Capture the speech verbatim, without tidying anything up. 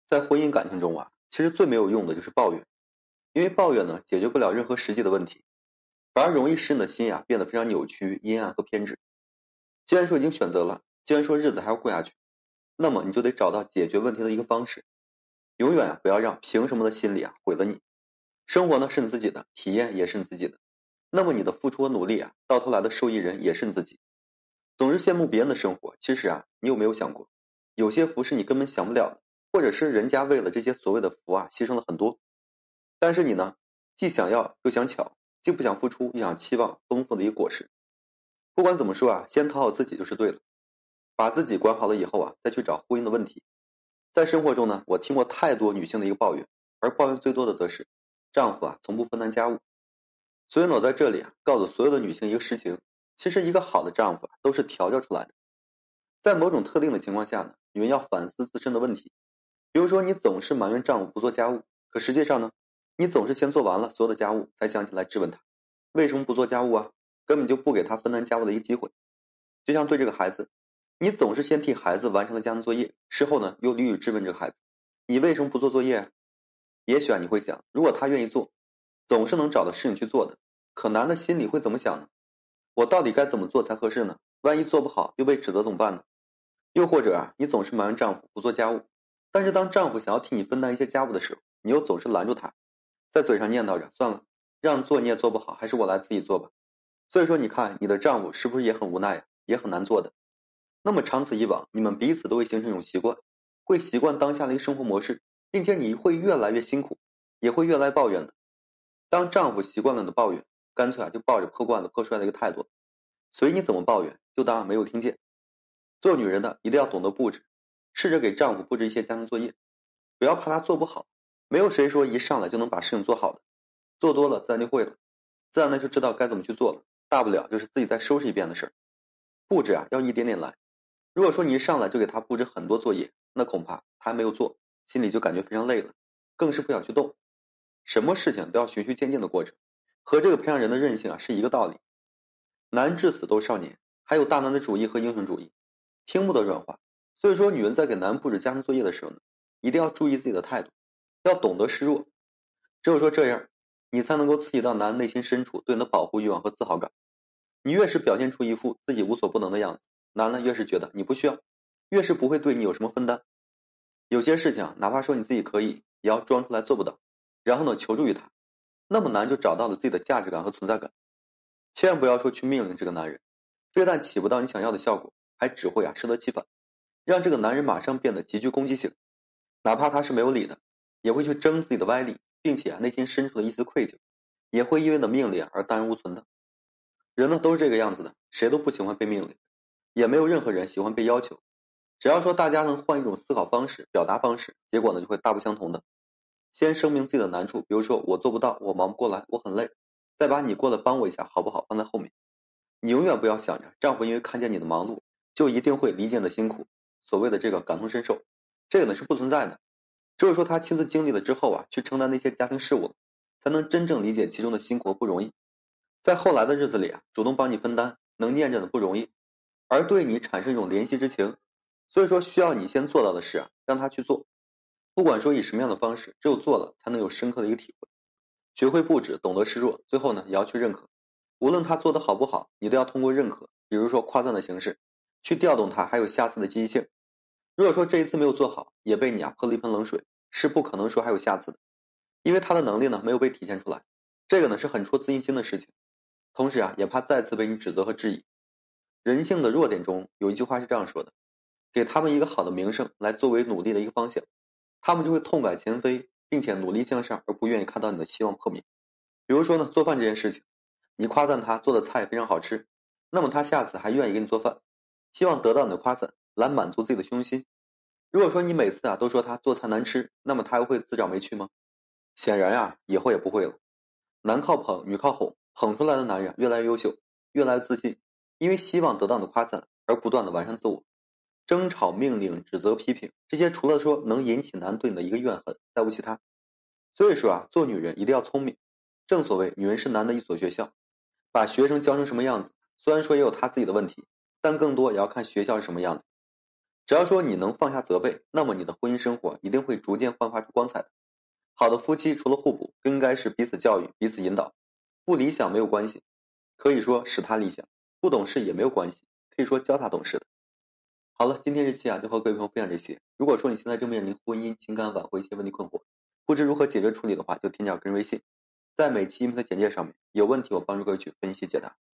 在婚姻感情中啊，其实最没有用的就是抱怨，因为抱怨呢解决不了任何实际的问题，反而容易使你的心呀变得非常扭曲、阴暗和偏执。既然说已经选择了，既然说日子还要过下去，那么你就得找到解决问题的一个方式，永远啊不要让凭什么的心理啊毁了你。生活呢是你自己的，体验也是你自己的，那么你的付出和努力啊，到头来的受益人也是你自己。总是羡慕别人的生活，其实啊，你有没有想过，有些福是你根本想不了的，或者是人家为了这些所谓的福啊，牺牲了很多。但是你呢，既想要又想抢，既不想付出又想期望丰富的一个果实。不管怎么说啊，先讨好自己就是对的，把自己管好了以后啊，再去找婚姻的问题。在生活中呢，我听过太多女性的一个抱怨，而抱怨最多的则是丈夫啊从不分担家务。所以呢，我在这里啊，告诉所有的女性一个事情，其实一个好的丈夫啊都是调教出来的。在某种特定的情况下呢，女人要反思自身的问题。比如说，你总是埋怨丈夫不做家务，可实际上呢，你总是先做完了所有的家务，才想起来质问他为什么不做家务啊？根本就不给他分担家务的一个机会。就像对这个孩子，你总是先替孩子完成了家庭作业，事后呢又屡屡质问这个孩子，你为什么不做作业啊？也许啊你会想，如果他愿意做，总是能找到事情去做的。可男的心里会怎么想呢？我到底该怎么做才合适呢？万一做不好又被指责怎么办呢？又或者啊，你总是埋怨丈夫不做家务，但是当丈夫想要替你分担一些家务的时候，你又总是拦住他，在嘴上念叨着算了，让做你也做不好，还是我来自己做吧。所以说你看你的丈夫是不是也很无奈呀、啊，也很难做的。那么长此以往，你们彼此都会形成一种习惯，会习惯当下的一个生活模式，并且你会越来越辛苦，也会越来越抱怨的。当丈夫习惯了你的抱怨，干脆啊就抱着破罐子破摔的一个态度，随你怎么抱怨就当没有听见。做女人的一定要懂得布置，试着给丈夫布置一些家庭作业，不要怕他做不好，没有谁说一上来就能把事情做好的，做多了自然就会了，自然呢就知道该怎么去做了，大不了就是自己再收拾一遍的事儿。布置啊要一点点来，如果说你一上来就给他布置很多作业，那恐怕他还没有做，心里就感觉非常累了，更是不想去动。什么事情都要循序渐进的过程，和这个培养人的韧性啊是一个道理。男至死都是少年，还有大男子主义和英雄主义，听不得软话。所以说，女人在给男人布置家庭作业的时候呢，一定要注意自己的态度，要懂得示弱。只有说这样，你才能够刺激到男人内心深处对你的保护欲望和自豪感。你越是表现出一副自己无所不能的样子，男人越是觉得你不需要，越是不会对你有什么分担。有些事情哪怕说你自己可以，也要装出来做不到，然后呢求助于他，那么男人就找到了自己的价值感和存在感。千万不要说去命令这个男人，非但起不到你想要的效果，还只会啊适得其反，让这个男人马上变得极具攻击性，哪怕他是没有理的，也会去争自己的歪理，并且啊内心深处的一丝愧疚，也会因为你的命令而荡然无存的。人呢都是这个样子的，谁都不喜欢被命令，也没有任何人喜欢被要求。只要说大家能换一种思考方式、表达方式，结果呢就会大不相同的。先声明自己的难处，比如说我做不到，我忙不过来，我很累，再把你过来帮我一下好不好放在后面。你永远不要想着丈夫因为看见你的忙碌就一定会理解你的辛苦，所谓的这个感同身受，这个呢是不存在的。只有说他亲自经历了之后啊，去承担那些家庭事务，才能真正理解其中的辛苦和不容易。在后来的日子里啊，主动帮你分担，能念着的不容易，而对你产生一种怜惜之情。所以说需要你先做到的事啊，让他去做。不管说以什么样的方式，只有做了才能有深刻的一个体会。学会布置，懂得示弱，最后呢也要去认可。无论他做得好不好，你都要通过认可，比如说夸赞的形式，去调动他还有下次的积极性。如果说这一次没有做好，也被你啊泼了一盆冷水，是不可能说还有下次的，因为他的能力呢没有被体现出来，这个呢是很戳自信心的事情。同时啊，也怕再次被你指责和质疑。人性的弱点中有一句话是这样说的：给他们一个好的名声来作为努力的一个方向，他们就会痛改前非，并且努力向上，而不愿意看到你的希望破灭。比如说呢，做饭这件事情，你夸赞他做的菜非常好吃，那么他下次还愿意给你做饭，希望得到你的夸赞来满足自己的虚荣心。如果说你每次啊都说他做菜难吃，那么他又会自找没趣吗？显然啊，以后也不会了。男靠捧，女靠哄，捧出来的男人越来越优秀，越来越自信，因为希望得到你的夸赞而不断的完善自我。争吵、命令、指责、批评，这些除了说能引起男对你的一个怨恨，再无其他。所以说啊，做女人一定要聪明。正所谓女人是男的一所学校，把学生教成什么样子，虽然说也有他自己的问题，但更多也要看学校是什么样子。 只要说你能放下责备，那么你的婚姻生活一定会逐渐焕发出光彩的。好的夫妻除了互补，更应该是彼此教育、彼此引导。不理想没有关系，可以说使他理想；不懂事也没有关系，可以说教他懂事的。好了，今天这期啊就和各位朋友分享这些。如果说你现在正面临婚姻、情感挽回一些问题困惑，不知如何解决处理的话，就添加我个人微信，在每期音频的简介上面，有问题我帮助各位去分析解答。